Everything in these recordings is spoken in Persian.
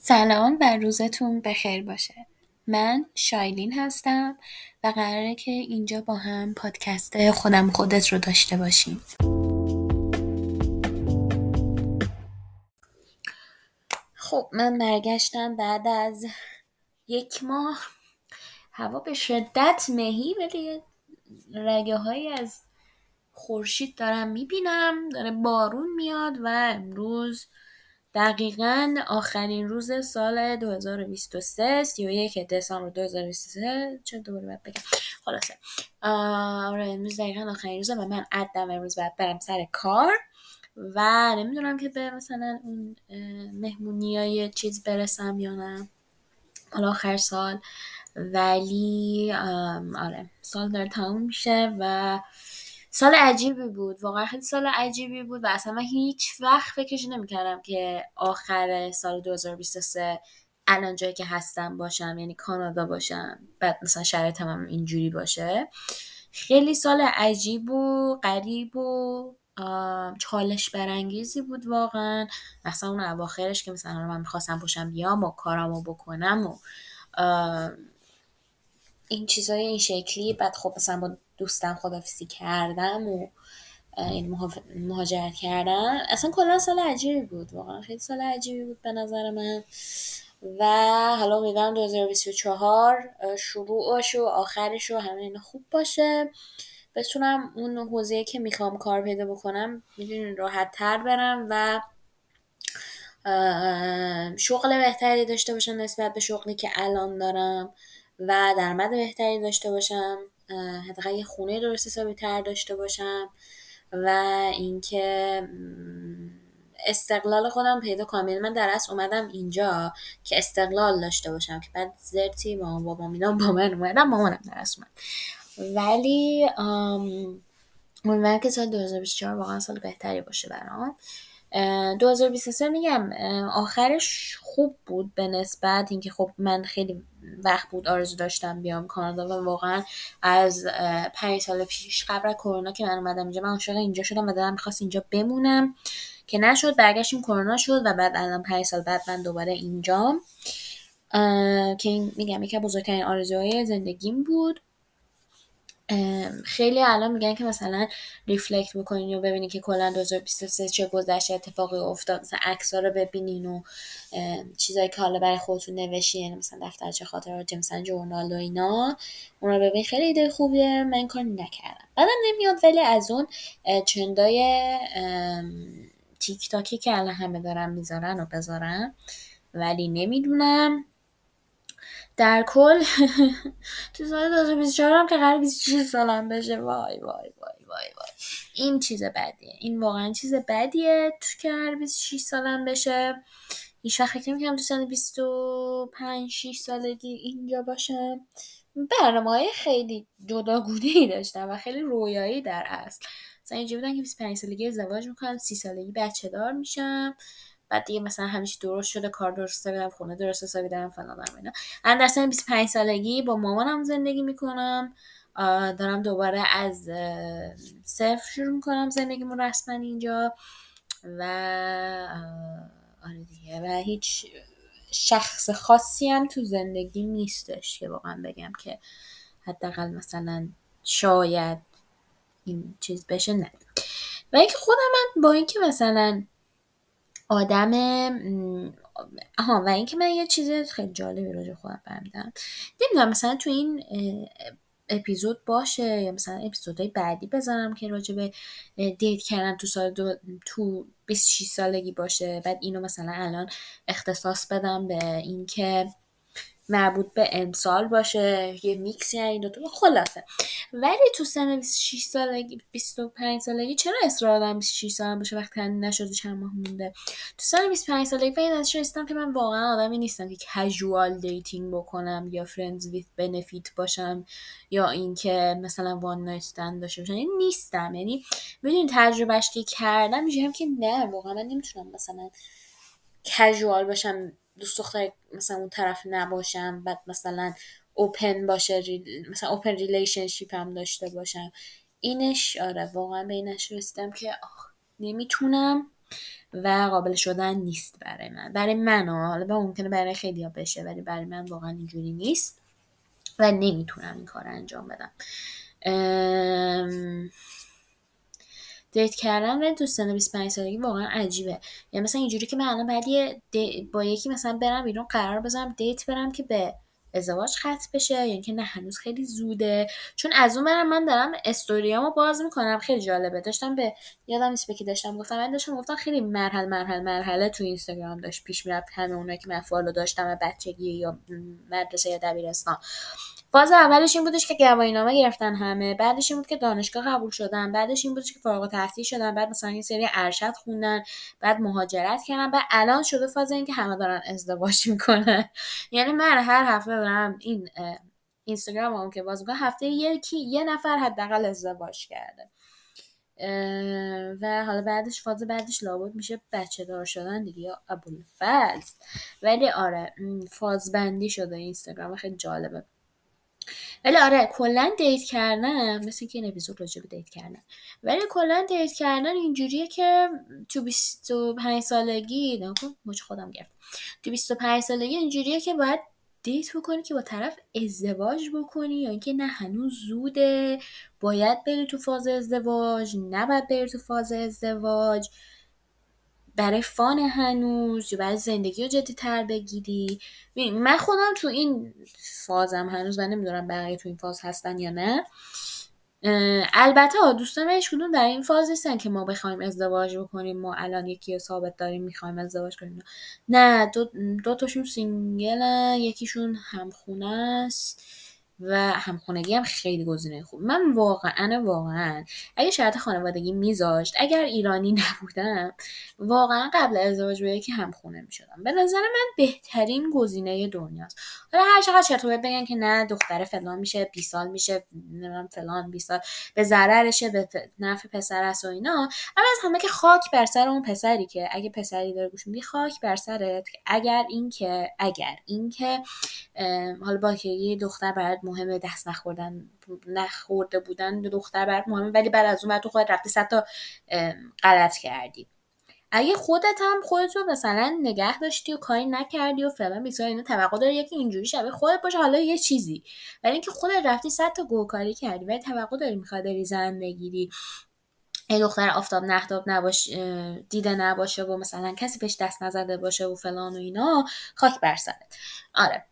سلام و روزتون بخیر باشه. من شایلین هستم و قراره که اینجا با هم پادکست خودم خودت رو داشته باشیم. خب من برگشتم بعد از 1 ماه. هوا به شدت مهی ولی رگه هایی از خورشید دارم میبینم، داره بارون میاد و امروز دقیقاً آخرین روز سال 2023 31 دسامبر 2023. چه دوباره باید بگم خلاصه آره امروز دقیقاً آخرین روزه و من عدم امروز باید برم سر کار و نمیدونم که به مثلا اون مهمونی های چیز برسم یا نه حالا آخر سال. ولی آره سال داره تموم میشه و سال عجیبی بود، واقعا خیلی سال عجیبی بود و اصلا من هیچ وقت فکرش نمیکردم که آخر سال 2023 الان جایی که هستم باشم، یعنی کانادا باشم، بعد مثلا شرایطم هم اینجوری باشه. خیلی سال عجیب و غریب و چالش برانگیزی بود واقعا، مثلا اون اواخرش که مثلا من میخواستم پاشم بیام و کارامو بکنم و این چیزای این شکلی. بعد خب مثلا با دوستم خدافزی کردم و این مهاجرت کردن. اصلا کلا سال عجیبی بود، واقعا خیلی سال عجیبی بود به نظر من و حالا امیدوارم 2024 شروعش و آخرش و همه اینا خوب باشه، بتونم اون حوزه‌ای که میخوام کار پیدا بکنم میدونین راحت تر برم و شغل بهتری داشته باشم نسبت به شغلی که الان دارم و درآمد بهتری داشته باشم، حداقل یه خونه درست حسابی تر داشته باشم و اینکه استقلال خودم پیدا کنم. یعنی من در اصل اومدم اینجا که استقلال داشته باشم که بعد زرتی مامان بابا میدم با من اومدم، مامانم در اصل اومد. ولی امیدوارم که سال 2024 واقعا سال بهتری باشه برام. 2023 میگم آخرش خوب بود به نسبت اینکه خب من خیلی وقت بود آرزو داشتم بیام کانادا و واقعا از 5 سال پیش قبل از کرونا که من اومدم اینجا، من عاشق اینجا شدم و دلم میخواست اینجا بمونم که نشد، برگشتیم کرونا شد و بعد الان 5 سال بعد من دوباره اینجام که این میگم یکی از بزرگترین آرزوهای زندگیم بود. خیلی الان میگن که مثلا ریفلکت بکنین و ببینین که کلا 2023 چه گذشته، اتفاقی افتاد، مثلا عکس‌ها رو ببینین و چیزایی که حالا برای خودتون نوشتین، یعنی مثلا دفترچه خاطرات، مثلا جورنال و اینا، اون رو ببین. خیلی ایده خوبیه، من کار نکردم بعدم نمیاد. ولی از اون چندای تیک تاکی که الان همه دارن میذارن و بذارن، ولی نمیدونم در کل تو سال 2024 هم که قرار 26 سالم بشه. وای وای وای وای وای این چیز بدیه، این واقعا چیز بدیه تو که قرار 26 سالم بشه. هیچ وقت فکر نمی‌کردم تو سن 25 6 سالگی اینجا باشم. برنامه‌های خیلی جداگونه‌ای داشتم و خیلی رویایی در اصل. مثلا اینجوری بودن که 25 سالگی ازدواج میکنم، 30 سالگی بچه دار میشم، بعد دیگه مثلا همیشه درست شده، کار درست حسابی دارم، خونه درست حسابی دارم، فلان دارم اینا. من در سن 25 سالگی با مامانم زندگی میکنم، دارم دوباره از صفر شروع میکنم زندگیمون رسما اینجا و آره دیگه و هیچ شخص خاصی هم تو زندگی نیستش که واقعا بگم که حداقل مثلا شاید این چیز بشه، نه. و اینکه خودم من با اینکه مثلا آدم و اینکه من یه چیز خیلی جالبی راجع خودم فهمیدم، نمیدونم مثلا تو این اپیزود باشه یا مثلا اپیزودهای بعدی بذارم که راجع به دیت کردن تو تو 26 سالگی باشه، بعد اینو مثلا الان اختصاص بدم به اینکه مربوط به امسال باشه، یه میکسی این دوتا خلاصه. ولی تو سن 26 سالگی 25 سالگی چرا اصرار دارم 26 سالم باشه وقتی هنوز نشده، چند ماه مونده. تو سن 25 سالگی و این ازش رسیدم که من واقعا آدمی نیستم که کژوال دیتینگ بکنم یا فرندز ویت بنفیت باشم یا اینکه مثلا وان نایت استند داشته باشم. یعنی نیستم، یعنی بدون تجربهش که کردم میگم که نه واقعا من نمیتونم مثلا کژوال باشم، دوست دختر مثلا اون طرف نباشم، بعد مثلا اوپن باشه، مثلا اوپن ریلیشنشیپ هم داشته باشم. اینش آره واقعا به اینش رسیدم که نمیتونم و قابل شدن نیست برای من. برای من حالا ممکنه برای خیلی ها بشه، ولی برای من واقعا اینجوری نیست و نمیتونم این کار انجام بدم. دیت کردن ولی تو سن 25 سالگی واقعا عجیبه. یعنی مثلا اینجوری که من الان بعد با یکی مثلا برم بیرون قرار بذارم دیت برم که به ازدواج ختم بشه، یعنی که نه هنوز خیلی زوده. چون از اون برم من دارم استوریامو باز میکنم، خیلی جالبه. داشتم به یادم نیست به کی داشتم گفتم، من داشتم گفتم خیلی مرحله تو اینستاگرام داشت پیش میرفت، همه اونایی که من فالو داشتم بچگی یا مدرسه یا دبیرستان. فاز اولش این بودش که گواهینامه گرفتن همه، بعدش این بود که دانشگاه قبول شدن، بعدش این بودش که فارغ التحصیل شدن، بعد مثلا یه سری ارشد خوندن، بعد مهاجرت کردن، بعد الان شده فاز این که همه دارن ازدواج میکنن. یعنی من هر هفته دارم این اینستاگرامم که باز میکنم، هفته یه نفر حداقل ازدواج کرده. و حالا فاز بعدش لابد میشه بچه دار شدن دیگه یا ابوالفضل. ولی آره فاز بندی شده اینستاگرام، خیلی جالبه. ولی آره کلا دیت کردن مثل که این اپیزود راجع به دیت کردن، ولی کلا دیت کردن اینجوریه که تو 25 سالگی خودم گرفت، تو 25 سالگی اینجوریه که باید دیت بکنی که با طرف ازدواج بکنی، یا اینکه نه هنوز زوده باید بری تو فاز ازدواج، نباید بری تو فاز ازدواج برای فان هنوز، یا برای زندگی رو جدی تر بگیری. من خودم تو این فازم هنوز و نمیدونم بقیه تو این فاز هستن یا نه. البته دوستان هیچ کدوم در این فاز نیستن که ما بخوایم ازدواج بکنیم، ما الان یکی رو ثابت داریم میخوایم ازدواج کنیم. نه دو تاشون سینگلن، یکیشون همخونه است و همخونگی هم خیلی گزینه خوب. من واقعا اگه شرط خانوادگی میذاشت، اگر ایرانی نبودم واقعا قبل ازدواج با یکی همخونه میشدم. به نظر من بهترین گزینه دنیاست. حالا هر چقدر چطور بگن که نه دختر فلان میشه 20 سال میشه نمیدونم فلان 20 سال به ضررشه به نفع پسر است و اینا، اما از همه که خاک بر سر اون پسری که اگه پسری داره گوش میدی، خاک بر سرت اگر اینکه حالا با که یه دختر برات مهمه، دست نخورده بودن دختر برات مهمه، ولی بعد از اون بعد تو خودت رفتی 100 تا غلط کردی. اگه خودتو مثلا نگه داشتی و کاری نکردی و فلان بیسار اینا، توقع داری یکی اینجوری شبیه خودت باشه حالا یه چیزی، ولی اینکه خودت رفتی 100 تا گوکاری کردی ولی توقع داری میخواد بری زن بگیری، یه دختر آفتاب نهتاب دیده نباشه و مثلا کسی بهش دست نزده باشه و فلان و اینا، خاک بر سرت. آره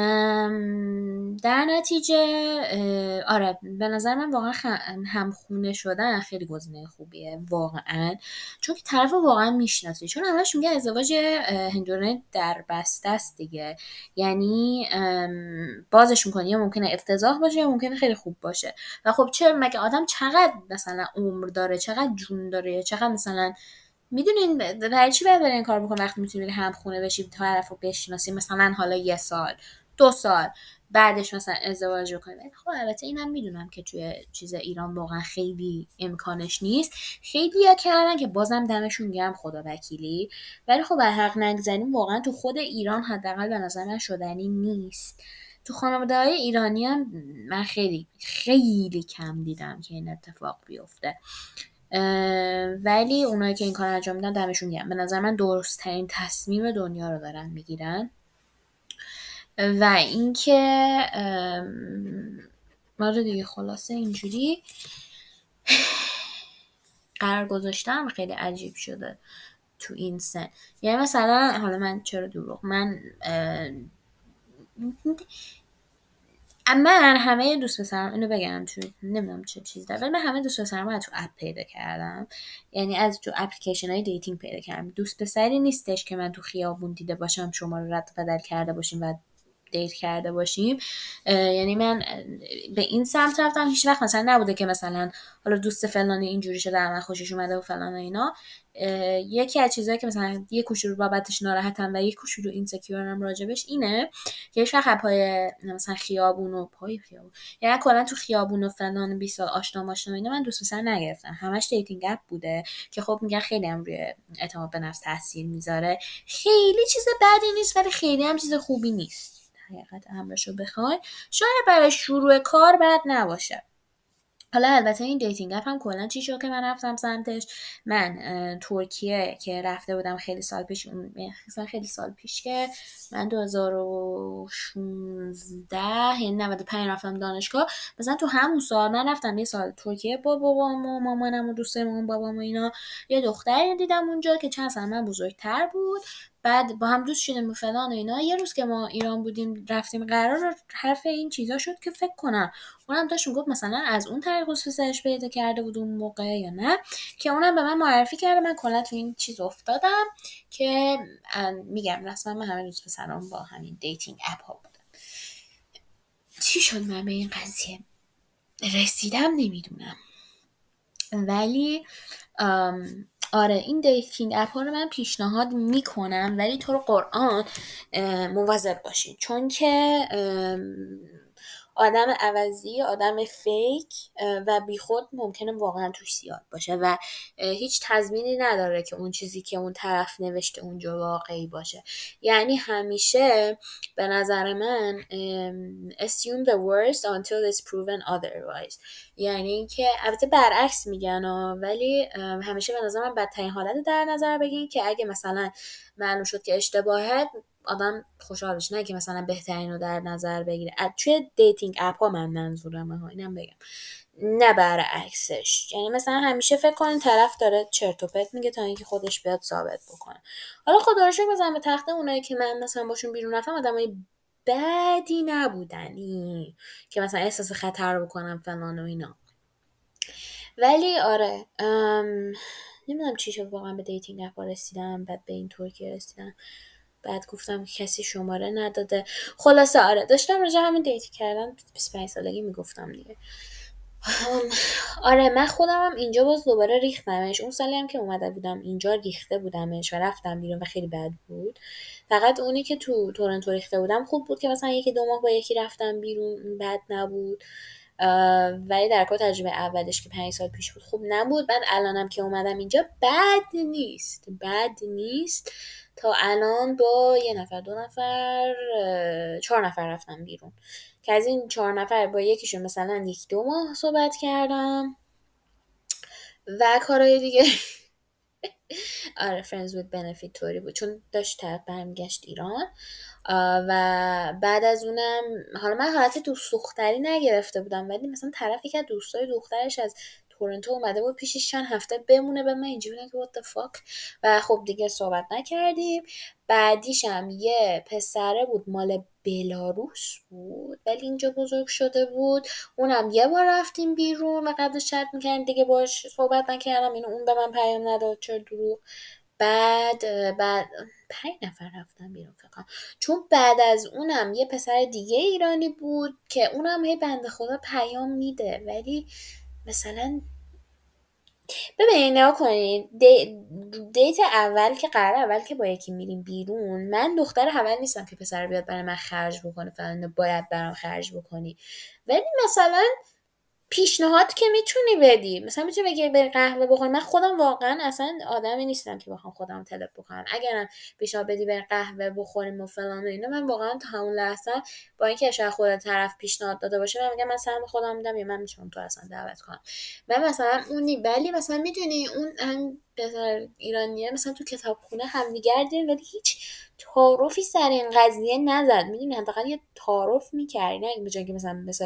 در نتیجه آره به نظر من واقعا همخونه شدن خیلی گزینه خوبیه واقعا، چون که طرف واقعا میشناسی. چون همش میگه ازدواج هندونه در بسته است دیگه، یعنی بازش میکنی یا ممکنه افتضاح باشه یا ممکنه خیلی خوب باشه. و خب چه مگه آدم چقدر مثلا عمر داره، چقدر جون داره، چقدر مثلا میدونین برای چی باید این کار بکنه وقتی میتونی هم خونه بشی طرف رو بشناسی، مثلا حالا 1 سال 2 سال بعدش مثلا ازدواج کنی. خب البته اینم میدونم که توی چیز ایران واقعا خیلی امکانش نیست، خیلی ها کردن که بازم دمشون گرم خدا وکیلی، ولی خب بر حق نگذاریم واقعا تو خود ایران حداقل به نظر من شدنی نیست. تو خانواده‌های ایرانی هم من خیلی خیلی کم دیدم که این اتفاق بیفته، ولی اونایی که این کار انجام میدن دمشون گرم. به نظر من درست ترین تصمیم دنیا رو دارن میگیرن. و اینکه ما رو دیگه خلاصه اینجوری قرار گذاشتم خیلی عجیب شده تو این سن. یعنی مثلا حالا من چرا دروغ، من همه دوست پسرم اینو بگم تو نمیدونم چه چیز داره، ولی من همه دوست پسرم رو تو اپ پیدا کردم، یعنی از تو اپلیکیشن های دیتینگ پیدا کردم. دوست پسری نیستش که من تو خیابون دیده باشم شما رو رد و بدل کرده باشیم و دیت کرده باشیم. یعنی من به این سمت رفتم، هیچ وقت مثلا نبوده که مثلا حالا دوست فلانی اینجوری شده من خوشش اومده و فلان و اینا. یکی از چیزایی که مثلا یه کوچولو بابتش ناراحتم و یه کوچولو اینسکیورم راجبش اینه که هیچ وقت پای مثلا خیابون و یعنی کلا تو خیابون و فلان 20 سال آشنا اینا من دوست پسر نگرفتم، همش دیتینگ اپ بوده که خب میگن خیلی هم روی اعتماد به نفس تاثیر میذاره. خیلی چیز بدی نیست ولی خیلی هم چیز خوبی نیست حقیقت امرشو بخوای. شاید برای شروع کار بد نباشه، حالا البته این دیتینگ اپ هم کلا چی شد که من رفتم سمتش. من ترکیه که رفته بودم خیلی سال پیش، مثلا خیلی سال پیش که من 2016 یعنی 95 رفتم دانشگاه. مثلا تو همون سال من رفتم یه سال ترکیه با بابام و مامانم و دوستمون بابام و اینا. یه دختری دیدم اونجا که چند سال من بزرگتر بود. بعد با هم دوست شدیم و فلان و اینا. یه روز که ما ایران بودیم رفتیم قرار حرف این چیزا شد که فکر کنم اونم داشت میگفت مثلا از اون طریق خصوصیش پیدا کرده بود اون موقع یا نه، که اونم به من معرفی کرده. من کلا تو این چیز افتادم که میگم رسما من همه روز پسرام با همین دیتینگ اپ ها بودم. چی شد من به این قضیه رسیدم نمیدونم، ولی آره این دیتینگ اپ ها رو من پیشنهاد میکنم، ولی تو رو قرآن مواظب باشین، چون که آدم عوضی، آدم فیک و بیخود ممکنه واقعا توش زیاد باشه و هیچ تضمینی نداره که اون چیزی که اون طرف نوشته اونجا واقعی باشه. یعنی همیشه به نظر من assume the worst until it's proven otherwise. یعنی اینکه البته برعکس میگن ولی همیشه به نظر من بدترین حالت در نظر بگین که اگه مثلا معلوم شد که اشتباهه آدم خوشحال بشه، نه که مثلا بهترین رو در نظر بگیره. توی دیتینگ اپ ها من منظورمه ها، اینم بگم، نه برعکسش. یعنی مثلا همیشه فکر کنین طرف داره چرت و پرت میگه تا اینکه خودش بیاد ثابت بکنه. حالا خدا رو شکر بزنم به تخته اونایی که من مثلا باشون بیرون رفتم آدمای بدی نبودنی که مثلا احساس خطر بکنم فلان و اینا. ولی آره نمیدونم چی شد واقعا به دیتینگ اپ رسیدم، بعد به این ترکیه رسیدم، بعد گفتم که کسی شماره نداده. خلاصه آره داشتم راجع همین دیتی کردن 25 سالگی میگفتم دیگه. آره من خودم هم اینجا باز دوباره ریختمش. اون سالی هم که اومده بودم اینجا ریخته بودمش و رفتم بیرون و خیلی بد بود. فقط اونی که تو تورنتو ریخته بودم خوب بود که مثلا 1-2 ماه با یکی رفتم بیرون، بد نبود. ولی در کل تجربه اولش که 5 سال پیش بود خوب نبود. بعد الانم که اومدم اینجا بد نیست. تا الان با 1 نفر 2 نفر 4 نفر رفتم بیرون که از این 4 نفر با یکیشون مثلا 1-2 ماه صحبت کردم و کارهای دیگه آره friends with benefit طوری بود، چون داشت طرف برمیگشت ایران. و بعد از اونم حالا من حالت دوست دختری نگرفته بودم، ولی مثلا طرفی که دوستای دخترش از تورنتو اومده بود پیشش چند هفته بمونه، به من اینجوری بودن که what the fuck. و خب دیگه صحبت نکردیم. بعدیش هم یه پسره بود مال بلاروس بود ولی اینجا بزرگ شده بود. اونم یه بار رفتیم بیرون و قبلش چت میکردیم دیگه باش صحبت نکردم. اینو اون به من پیام نداد چرا دروغ. بعد 5 نفر رفتم بیرون فکر کنم. چون بعد از اونم یه پسر دیگه ایرانی بود که اونم هی بنده خدا پیام میده، ولی مثلا ببینید نگاه کنید دیت اول که قرار اول که با یکی میریم بیرون، من دختر اول نیستم که پسر بیاد برای من خرج بکنه فلان باید برام خرج بکنی. ولی مثلا پیشنهاد که میتونی بدی، مثلا میتونی بگی بری قهوه بخوری. من خودم واقعا اصلا آدمی نیستم که بخوام خودم طلب بکنم. اگرم پیشنهاد بدی بری قهوه بخوریم و فلان و اینا، من واقعا تا همون لحظه با اینکه شاید خود طرف پیشنهاد داده باشه من میگم من سهم خودم میدم یا من میتونم تو اصلا دعوت کنم. من مثلا اونی، ولی مثلا میدونی اون هم پسر ایرانیه مثلا تو کتابخونه همدیگر دیدیم ولی هیچ تعارفی سر این قضیه نزد. میدونی حداقل یه تعارف می‌کردی، نه به جای که مثلا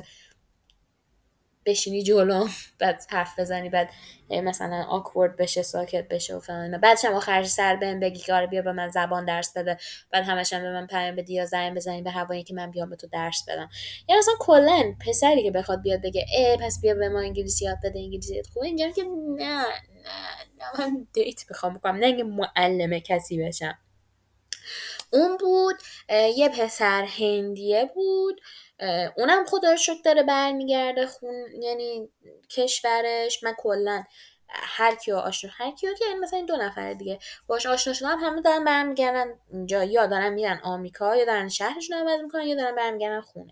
بشینی جلوم بعد حرف بزنی بعد مثلا آکورد بشه ساکت بشه و فلان. بعدش هم آخرش سر بهم بگی که آره بیا به من زبان درس بده، بعد همش هم به من پیام بدی یا زنگ بزنی به هوایی که من بیام به تو درس بدم. یا مثلا کلا پسری که بخواد بیاد بگه پس بیا به ما انگلیسی یاد بده، انگلیسی یاد خوبه، اینجا که نه من دیت بخوام بکنم، نه اینکه معلم کسی بشم. اون بود. یه پسر هندیه بود. اونم خدا رو شکر داره برمیگرده یعنی کشورش. من کلا هر کیو یعنی مثلا این 2 نفر دیگه باش آشنا شدم همه دارن برمیگردن اینجا، یا دارن میرن آمریکا یا دارن شهرشون رو عوض میکنن یا دارن برمیگردن خونه.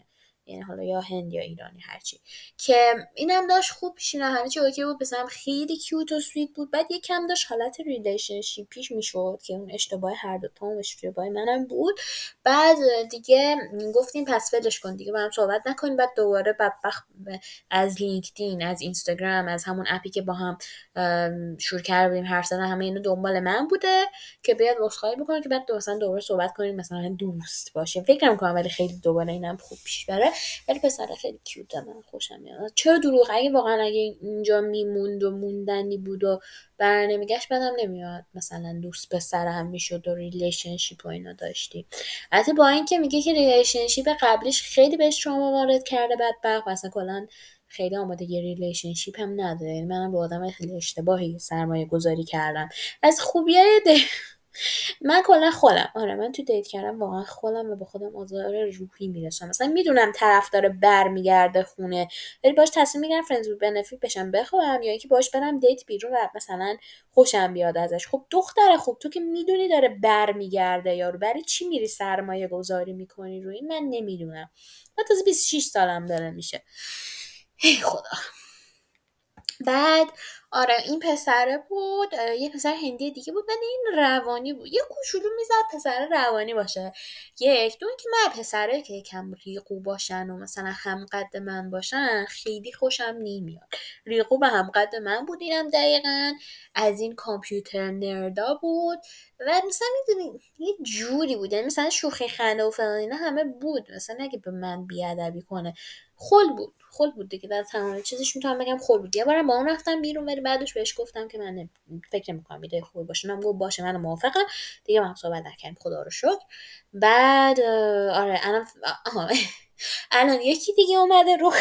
یعنی حالا یا هند یا ایرانی هرچی، که اینم داشت خوب پیشین همه چی اوکی بود، پسرم خیلی کیوت و سویت بود. بعد یکم داشت حالت ریلیشنشیپیش میشد که اون اشتباه هر دو تا اشتباه منم بود. بعد دیگه گفتیم پس ولش کن دیگه با هم صحبت نکنیم. بعد دوباره بدبخت از لینکدین، از اینستاگرام، از همون اپی که با هم شروع کردیم حرف زدن، همه اینو دنبال من بوده که بیاد عذرخواهی بکنه که بعد مثلا دوباره صحبت کنیم، مثلا دوست باشیم. فکر نمی‌کنم ولی خیلی دوباره اینم خوب پیش بره. ولی پسر خیلی کیوته، من خوشم میاد. چرا دروغ؟ اگه اینجا میموند و موندنی بود و بر نمیگشت بدم نمیاد مثلا دوست پسر هم میشد و ریلیشنشیپ و اینا داشتی. البته با اینکه میگه که ریلیشنشیپ قبلیش خیلی بهش تروما وارد کرده بدبخت، مثلا کلا خیلی آمادگی ریلیشنشیپ هم نداره. یعنی منم به آدم خیلی اشتباهی سرمایه گذاری کردم. از خوبیای من کلا خودم، من تو دیت کردم واقعا خودم و به خودم آزار روحی میرسم. مثلا میدونم طرف داره برمیگرده خونه، ولی باش تصمیم میگیرم فرندز ویت بنفیت بشم بخوام، یا اینکه باش برم دیت بیرون و مثلا خوشم بیاد ازش. خب دختر خوب، تو که میدونی داره برمیگرده یارو، برای چی میری سرمایه گذاری میکنی روی این؟ من نمیدونم. من تازه 26 سالم داره میشه. ای خدا. بعد این پسره بود، یه پسر هندی دیگه بود، ولی این روانی بود. یه کوچولو میزد پسر روانی باشه. یک دو اینکه من پسره که یکم ریقو باشن و مثلا همقد من باشن خیلی خوشم نمیاد. ریقو به همقد من بود، اینم دقیقاً از این کامپیوتر نردا بود و مثلا میدونی یه جوری بود، یعنی مثلا شوخی خنده و فلان اینا همه بود. مثلا اگه به من بیادبی کنه خل بود دیگه، در تمام چیزش میتونم بگم خل بود. یه بارم با اون رفتم بیرون، ولی بعدش بهش گفتم که من فکر نمی‌کنم ایده خوبی باشه. اونم گفت باشه من موافقم. دیگه ما صحبت نکردیم خدا رو شکر. بعد الان یکی دیگه اومده رو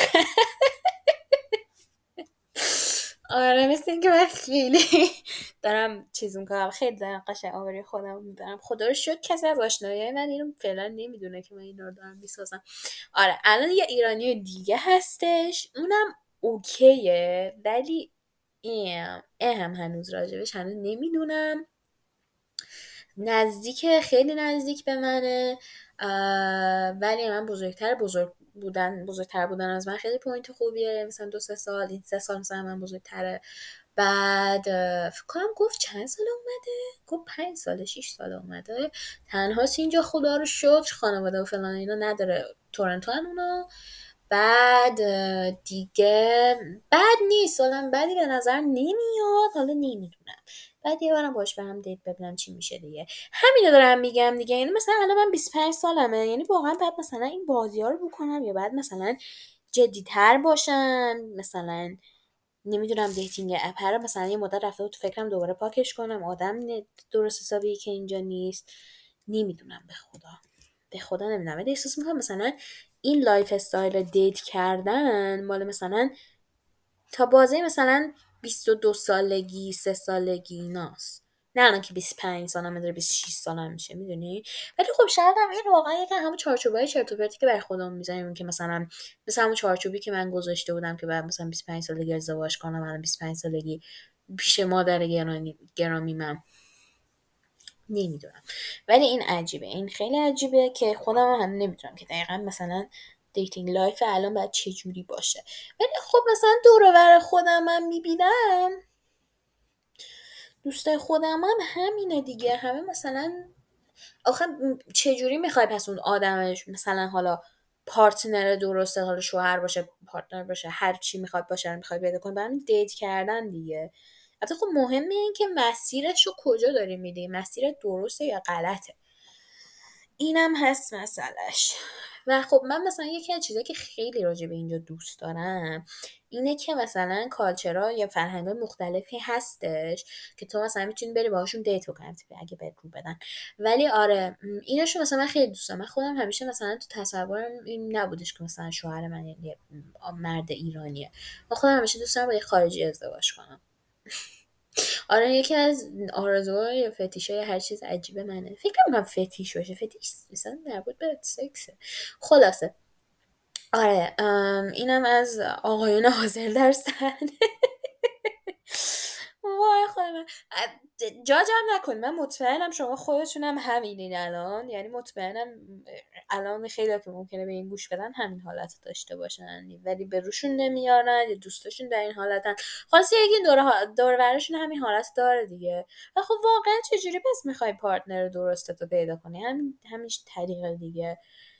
مثل اینکه من خیلی دارم چیز میکنم، خیلی دارم قشنگ آوری خودم میبرم. خدا رو شکر کسی از آشنایی من اینو فعلا نمیدونه که من این رو دارم میسازم. الان یه ایرانی دیگه هستش، اونم اوکیه، ولی هم هنوز راجبش هنوز نمیدونم. خیلی نزدیک به منه، ولی من بزرگتر بودن از من خیلی پوینت خوبیه. مثلا 2-3 سال، این 3 سال مثلا من بزرگتره. بعد فکر کنم گفت چند سال اومده، گفت 5 سال 6 سال اومده. تنهاست اینجا خدا رو شکر، خانواده و فلان اینا نداره، تورنتو هم اونا. بعد دیگه بعد نیست، حالا بعدی به نظر نمیاد، حالا نمیدونم. بعد یه بارم باش برم دیت ببینم چی میشه دیگه. همینو دارم میگم دیگه. یعنی مثلا الان من 25 سالمه، یعنی واقعا بعد مثلا این بازی ها رو بکنم یا بعد مثلا جدی‌تر باشم، مثلا نمیدونم دیتینگ اپ رو مثلا یه مدت رفته تو فکرم دوباره پاکش کنم، آدم درست حسابی که اینجا نیست. نمیدونم به خدا نمیدونم، ولی احساس میکنم مثلا این لایف استایل دیت کردن مال مثلا تا بازه مثلا 22 سالگی 3 سالگی ایناست، نه الان که 25 سالم داره 26 سالم میشه، میدونی. ولی خب شاید هم این واقعا یکم همون چارچوبای چرت و پرتی که برای خودمون میذاریم، که مثلا همون چارچوبی که من گذاشته بودم که بعد مثلا 25 سالگی ازدواج کنم، الان 25 سالگی پیش مادر گرامی من نمیدونم. ولی این عجیبه، این خیلی عجیبه که خودم هم نمیدونم که دقیقا مثلا دیتینگ لایف الان باید چه جوری باشه. ولی خب مثلا دور و بر خودم من میبینم، دوستای خودم هم همینه دیگه، همه مثلا آخه چجوری میخوای پس اون آدمش مثلا حالا پارتنر درسته، حالا شوهر باشه، پارتنر باشه، هر چی میخواد باشه میخوای پیدا کنی، برای دیت کردن دیگه. البته خب مهمه این که مسیرش رو کجا داری میدی، مسیر درسته یا غلطه، اینم هست مسئلهش. و خب من مثلا یکی از چیزایی که خیلی راجع به اینجا دوست دارم اینه که مثلا کالچرها یا فرهنگ‌های مختلفی هستش که تو مثلا میتونی بری باهاشون دیت بکنی اگه بهت رو بدن. ولی ایناشو مثلا من خیلی دوست دارم. من خودم همیشه مثلا تو تصورم این نبودش که مثلا شوهر من یه مرد ایرانیه. من خودم همیشه دوست دارم با یه خارجی ازدواج کنم. یکی از آرزوها یا فتیشای هر چیز عجیبه منه. فکر نمی‌کنم فتیش باشه، فتیش مثلا مربوط به سکسه. خلاصه اینم از آقایون حاضر در صحنه. وای خدا من جاجم نکنید، من مطمئنم شما خودتونم همینین الان، یعنی مطمئنم الان خیلی که ممکنه به این گوش بدن همین حالت داشته باشن ولی به روشون نمیارن یا دوستاشون در این حالتن، خاصی یکی دور برشون همین حالت داره دیگه. و خب واقعا چجوری پس میخوای پارتنر درستتو پیدا کنی؟ همینش طریق دیگه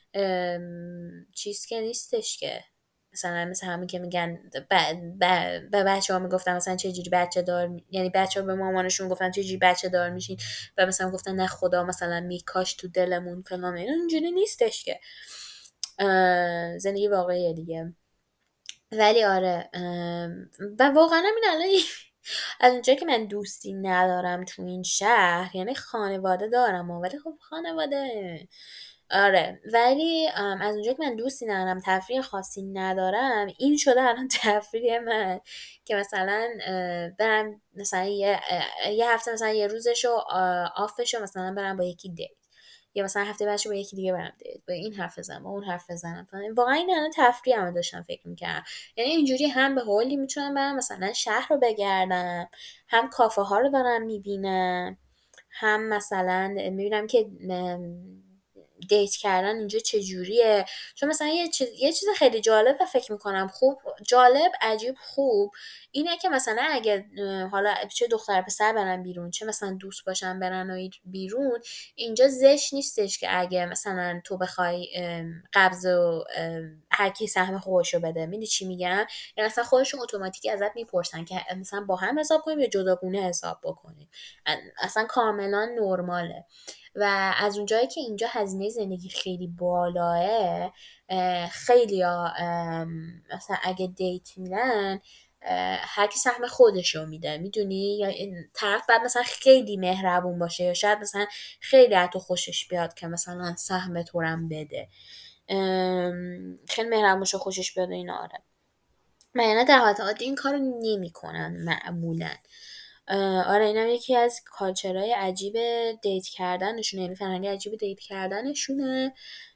چیز که نیستش که مثلا مثل همین که میگن به بچه ها میگفتن مثلا چه جوری بچه دار یعنی بچه ها به مامانشون گفتن چه جوری بچه دار میشین و مثلا گفتن نه خدا مثلا میکاش تو دلمون فلان، اینجوری نیستش که. زندگی واقعیه دیگه. ولی آره و واقعا همین الان از اونجایی که من دوستی ندارم تو این شهر، یعنی خانواده دارم ولی خب خانواده آره، ولی از اونجایی که من دوستی ندارم، تفریح خاصی ندارم، این شده الان تفریح من که مثلا برم مثلا یه هفته مثلا یه روزشو آفشو مثلا برم با یکی دیت، یا مثلا هفته بعدش با یکی دیگه برم دیت، با این حرف بزنم با اون حرف بزنم. واقعا این الان تفریحمو داشتم فکر میکردم، یعنی اینجوری هم به هولی میتونم برم مثلا شهر رو بگردم، هم کافه ها رو دارم میبینم، هم مثلا میبینم که دیت کردن اینجا چجوریه. چون مثلا یه چیز خیلی جالب و فکر میکنم خوب جالب عجیب خوب اینه که مثلا اگه حالا چه دختر پسر برن بیرون چه مثلا دوست باشن برن و بیرون، اینجا زشت نیستش که اگه مثلا تو بخوای قبض و هر کی سهم خودشو بده. میدونی چی میگم؟ یعنی مثلا خودشون اتوماتیکی ازت میپرسن که مثلا با هم حساب کنیم یا جداگونه حساب بکنیم، اصلا کاملا نرماله. و از اونجایی که اینجا هزینه زندگی خیلی بالاه، خیلی ها مثلا اگه دیت میرن هر کی سهم خودشو میده، میدونی؟ یا این طرف بعد مثلا خیلی مهربون باشه یا شاید مثلا خیلی از تو خوشش بیاد که مثلا سهم تو رم بده، خیلی مهربون باشه خوشش بیاد و اینا. آره من در حالت عادی این کارو نمیکنن معمولا. آره اینم یکی از کالچرهای عجیب دیت کردنشونه، یعنی فرهنگ عجیب دیت کردنشونه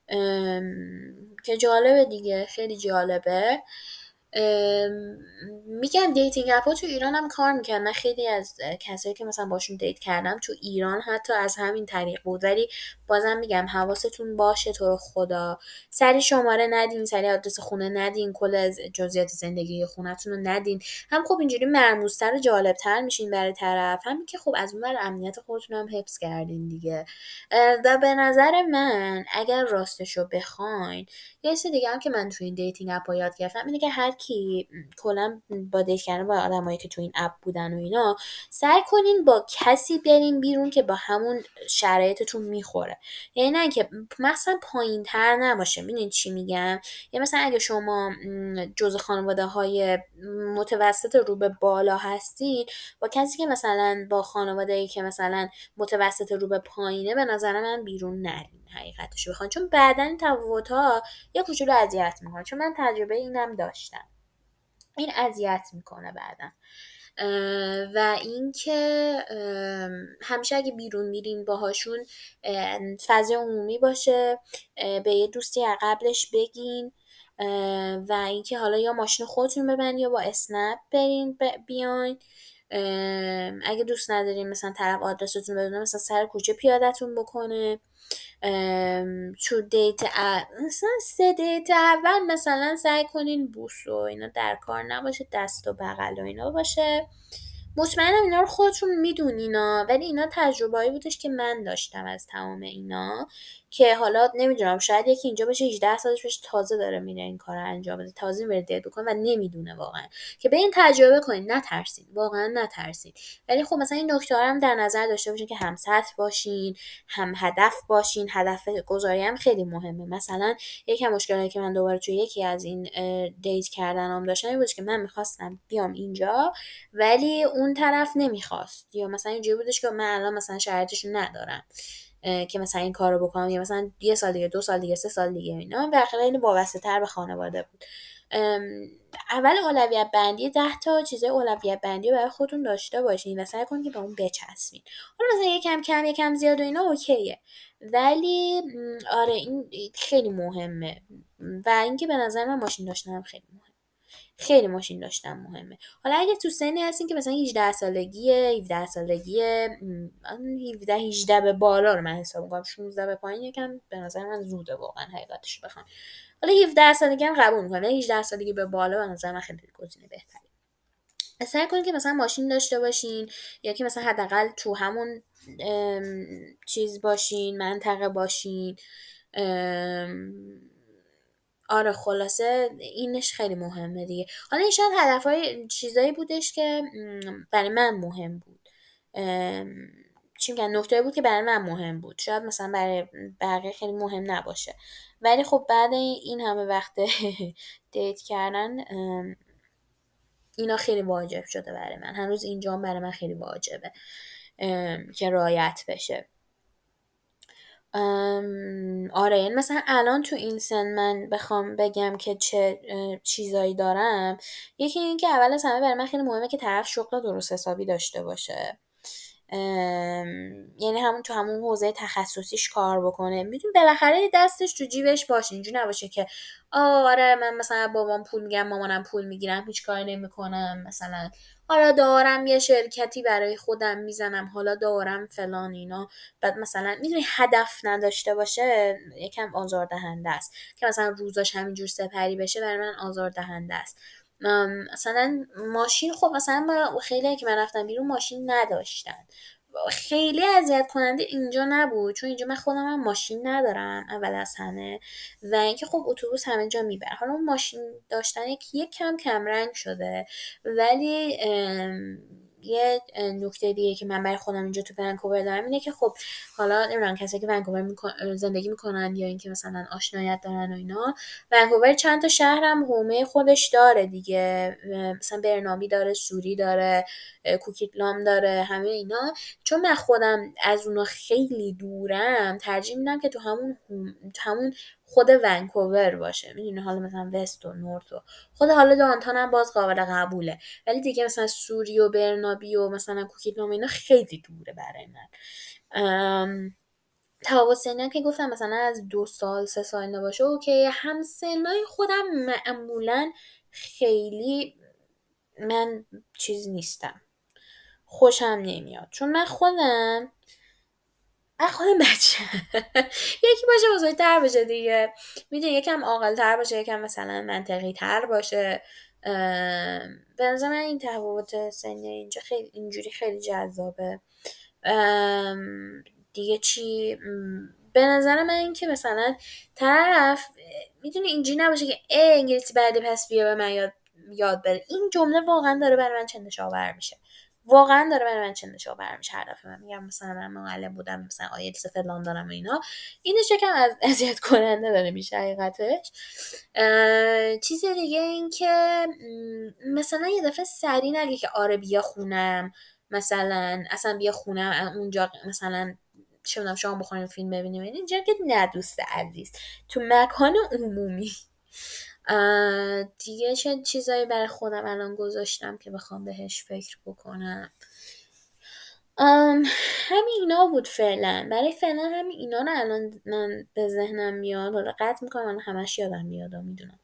که جالبه دیگه، خیلی جالبه. میگم دیتینگ اپا تو ایران هم کار میکنن. من خیلی از کسایی که مثلا باشون دیت کردم تو ایران حتی از همین طریق بود، ولی بازم میگم حواستون باشه تو رو خدا سری شماره ندین، سری آدرس خونه ندین، کل از جزئیات زندگی خونتون رو ندین. هم خب اینجوری مرموزتر و جالبتر میشین برای طرف، همین که خب از اون ور امنیت خودتون هم حفظ کردین دیگه. و به نظر من اگر راستشو بخواین یه چیز دیگه هم که من تو این دیتینگ اپ یاد گرفتم اینه که هر کی کلا با دیت کردن با آدمایی که تو این اپ بودن و اینا، سعی کنین با کسی برین بیرون که با همون شرایطتون میخوره، یعنی نه که مثلا پایین تر نباشه. میدونید چی میگم؟ یا مثلا اگه شما جزء خانواده های متوسط رو به بالا هستین، با کسی که مثلا با خانواده ای که مثلا متوسط رو به پایینه به نظر من بیرون نرین حقیقتشو بخوان، چون بعدن این تفاوت ها یه کوچولو اذیت میکنه، چون من تجربه اینم داشتم، این اذیت میکنه بعدن. و اینکه همیشه اگه بیرون میرین باهاشون فضای عمومی باشه، به یه دوستی از قبلش بگین، و اینکه حالا یا ماشین خودتون ببرین یا با اسنپ برین بیاین. اگه دوست ندارین مثلا طرف آدرستون بدونه مثلا سر کوچه پیادتون بکنه. تو دیت مثلا 3 دیت اول مثلا سعی کنین بوس و اینا در کار نباشه، دست و بغل و اینا باشه. مطمئنم اینا رو خودتون میدونینا، ولی اینا تجربه‌ای بودش که من داشتم از تمام اینا، که حالا نمیدونم شاید یکی اینجا باشه 18 سالش بشه تازه داره میره این کار رو انجام بده، تازه میره دیت بکنه و نمیدونه واقعا، که به این تجربه کنین، نترسین، واقعا نترسین. ولی خب مثلا این نکته هم در نظر داشته باشین که هم سطح باشین، هم هدف باشین. هدف گذاری هم خیلی مهمه. مثلا یکی از مشکلاتی که من دوباره توی یکی از این دیت کردنام داشتم این بود که من میخواستم بیام اینجا ولی اون طرف نمیخواست، یا مثلا اینجوری بودش که من الان مثلا شرایطش ندارم که مثلا این کارو بکنم، یا مثلا 1 سال دیگه 2 سال دیگه 3 سال دیگه اینا، و خیلی وابسته تر به خانواده بود. اول اولویت بندی 10 تا چیزای اولویت بندی برای خودتون داشته باشین و سعی کنین که به اون بچسبین. حالا مثلا یکم کم یکم زیاد و اینا اوکیه، ولی آره این خیلی مهمه. و اینکه به نظر من ماشین داشتن خیلی مهمه. خیلی ماشین داشتن مهمه. حالا اگه تو سنی هستین که مثلا 18 سالگیه، 17 سالگیه، 17 18 به بالا رو من حساب می‌کنم، 16 به پایین یکم به نظر من زوده واقعا حقیقتش بخوام. حالا 17 سالگی هم قبول می‌کنم، ولی 18 سالگی به بالا به نظر من خیلی گزینه بهتری. سعی کنین که مثلا ماشین داشته باشین، یا که مثلا حداقل تو همون چیز باشین، منطقه باشین. آره خلاصه اینش خیلی مهمه دیگه. حالا این شاید هدفهای چیزایی بودش که برای من مهم بود. چی میگن، نکته بود که برای من مهم بود، شاید مثلا برای بقیه خیلی مهم نباشه، ولی خب بعد این همه وقت دیت کردن اینا خیلی واجب شده برای من. هنوز اینجا برای من خیلی واجبه که رعایت بشه. آره یعنی مثلا الان تو این سن من بخوام بگم که چه چیزایی دارم، یکی این که اول از همه برای من خیلی مهمه که طرف شغل درست حسابی داشته باشه. یعنی همون تو همون حوزه تخصصیش کار بکنه، میدون بالاخره دستش تو جیبش باشه، اینجوری نباشه که آره من مثلا بابام پول میگم مامانم پول میگیرم هیچ کاری نمیکنم، مثلا حالا دارم یه شرکتی برای خودم میزنم، حالا دارم فلان اینا، بعد مثلا میدونی هدف نداشته باشه یکم آزاردهنده است، که مثلا روزاش همینجور سپری بشه برای من آزاردهنده است. مثلا ماشین، خب مثلا خیلی که من رفتم بیرون ماشین نداشتن، خیلی اذیت کننده اینجا نبود، چون اینجا من خودم هم ماشین ندارم اول از همه، و اینکه خب اتوبوس همه جا میبره. حالا اون ماشین داشتن یک کم رنگ شده، ولی یه نکته دیگه که من برای خودم اینجا تو ونکوور دارم اینه که خب حالا نمیدونم کسی که ونکوور زندگی میکنن یا اینکه مثلا آشنایت دارن و اینا، ونکوور چند تا شهرم حومه خودش داره دیگه، مثلا برنابی داره، سوری داره، کوکیتلام داره، همه اینا. چون من خودم از اونا خیلی دورم، ترجیح میدم که تو همون خود ونکوور باشه، میدونی، حالا مثلا وست و نورت و خود حالا دانتان هم باز قابل قبوله، ولی دیگه مثلا سوری و برنابی و مثلا کوکیتلام اینا خیلی دوره برای من. تفاوت سنی هم که گفتم مثلا از 2 سال 3 سال اینا باشه اوکی، هم سنای خودم معمولا خیلی من چیز نیستم، خوشم نمیاد، چون من خودم بچه یکی باشه بزرگتر باشه دیگه، میدونی، یکم عاقل تر باشه، یکم مثلا منطقی تر باشه. به نظر من این تفاوت سنی اینجا خیلی اینجوری خیلی جذابه. دیگه چی؟ به نظر من این که مثلا طرف میدونی اینجوری نباشه که انگلیسی بعدی پس بیا به من یاد بره. این جمله واقعا داره برای من چندش آور میشه، واقعا داره برای من چندش آور میشه. هر دفعه من میگم مثلا من معلم بودم مثلا آیلتس فلان دارم و اینا، اینش یکم از اذیت کننده داره میشه حقیقتش. چیز دیگه این که مثلا یه دفعه سری نگه که آره بیا خونم، مثلا اصلا بیا خونم اونجا مثلا چه می‌دونم شام بخوریم فیلم ببینیم، اینجا که نه دوست عزیز، تو مکان عمومی. دیگه چه چیزایی برای خودم الان گذاشتم که بخوام بهش فکر بکنم؟ همین اینا بود فعلا، برای فعلا همین اینا رو الان من به ذهنم میاد، حالا قطع میکنم الان همش یادم میاد میدونم.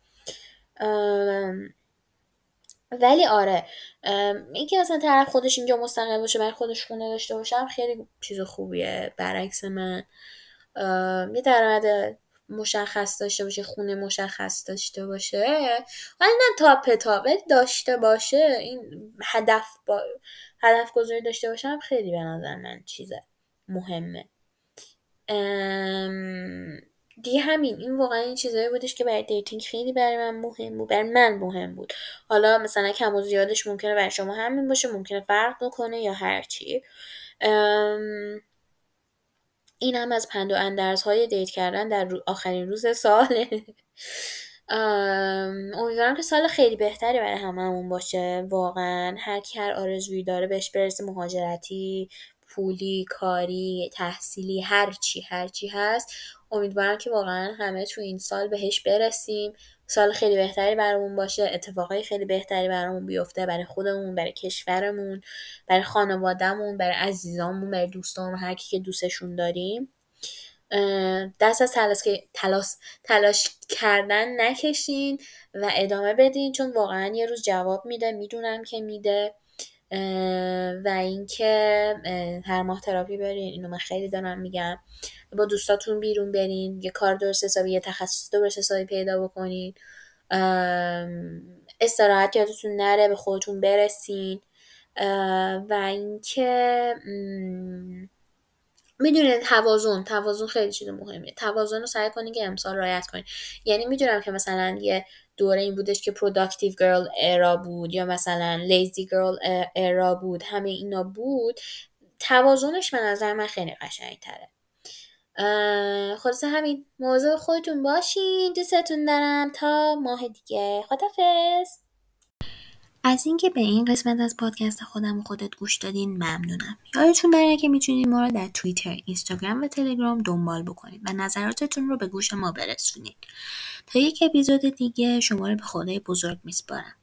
ولی آره این که مثلا طرف خودش اینجا مستقل باشه، برای خودش خونه داشته باشه خیلی چیز خوبیه، برعکس من یه درآمد مشخص داشته باشه، خونه مشخص داشته باشه، ولی نه تا پتا، ولی داشته باشه، این هدف گذاری داشته باشم خیلی به نظر من چیزه مهمه. دیگه همین، این واقعا این چیزایی بودش که برای دیتینگ خیلی برای من مهم بود، برای من مهم بود. حالا مثلا کم و زیادش ممکنه برای شما همین باشه، ممکنه فرق بکنه یا هر چی. این هم از پند و اندرزهای دیت کردن در آخرین روز سال. امیدوارم که سال خیلی بهتری برای هممون باشه، واقعا هر کی هر آرزویی داره بهش برسه، مهاجرتی، پولی، کاری، تحصیلی، هر چی هست. امیدوارم که واقعا همه تو این سال بهش برسیم، سال خیلی بهتری برامون باشه، اتفاقای خیلی بهتری برامون بیفته، برای خودمون، برای کشورمون، برای خانوادهمون، برای عزیزامون، برای دوستامون، هر کی که دوستشون داریم. دست از تلاش کردن نکشین و ادامه بدین، چون واقعا یه روز جواب میده، میدونم که میده. و اینکه هر ماه تراپی برین، اینو من خیلی دارم میگم. با دوستاتون بیرون برین، یه کار درست حسابی، یه تخصص درست حسابی پیدا بکنین. استراحت یادتون نره، به خودتون برسین. و اینکه میدونید توازن خیلی چیز مهمیه. توازن رو سعی کنین که امسال رعایت کنین. یعنی میدونم که مثلا یه دوره این بودش که productive girl era بود یا مثلا lazy girl era بود، همه اینا بود. توازنش به نظر من خیلی قشنگ تره. خلاصه همین، مواظب خودتون باشین. دوستتون دارم. تا ماه دیگه، خدافظ. از اینکه به این قسمت از پادکست خودم و خودت گوش دادین ممنونم. یادتون نره که میتونین ما رو در توییتر، اینستاگرام و تلگرام دنبال بکنید و نظراتتون رو به گوش ما برسونید. تا یک اپیزود دیگه شما رو به خدای بزرگ میسپارم.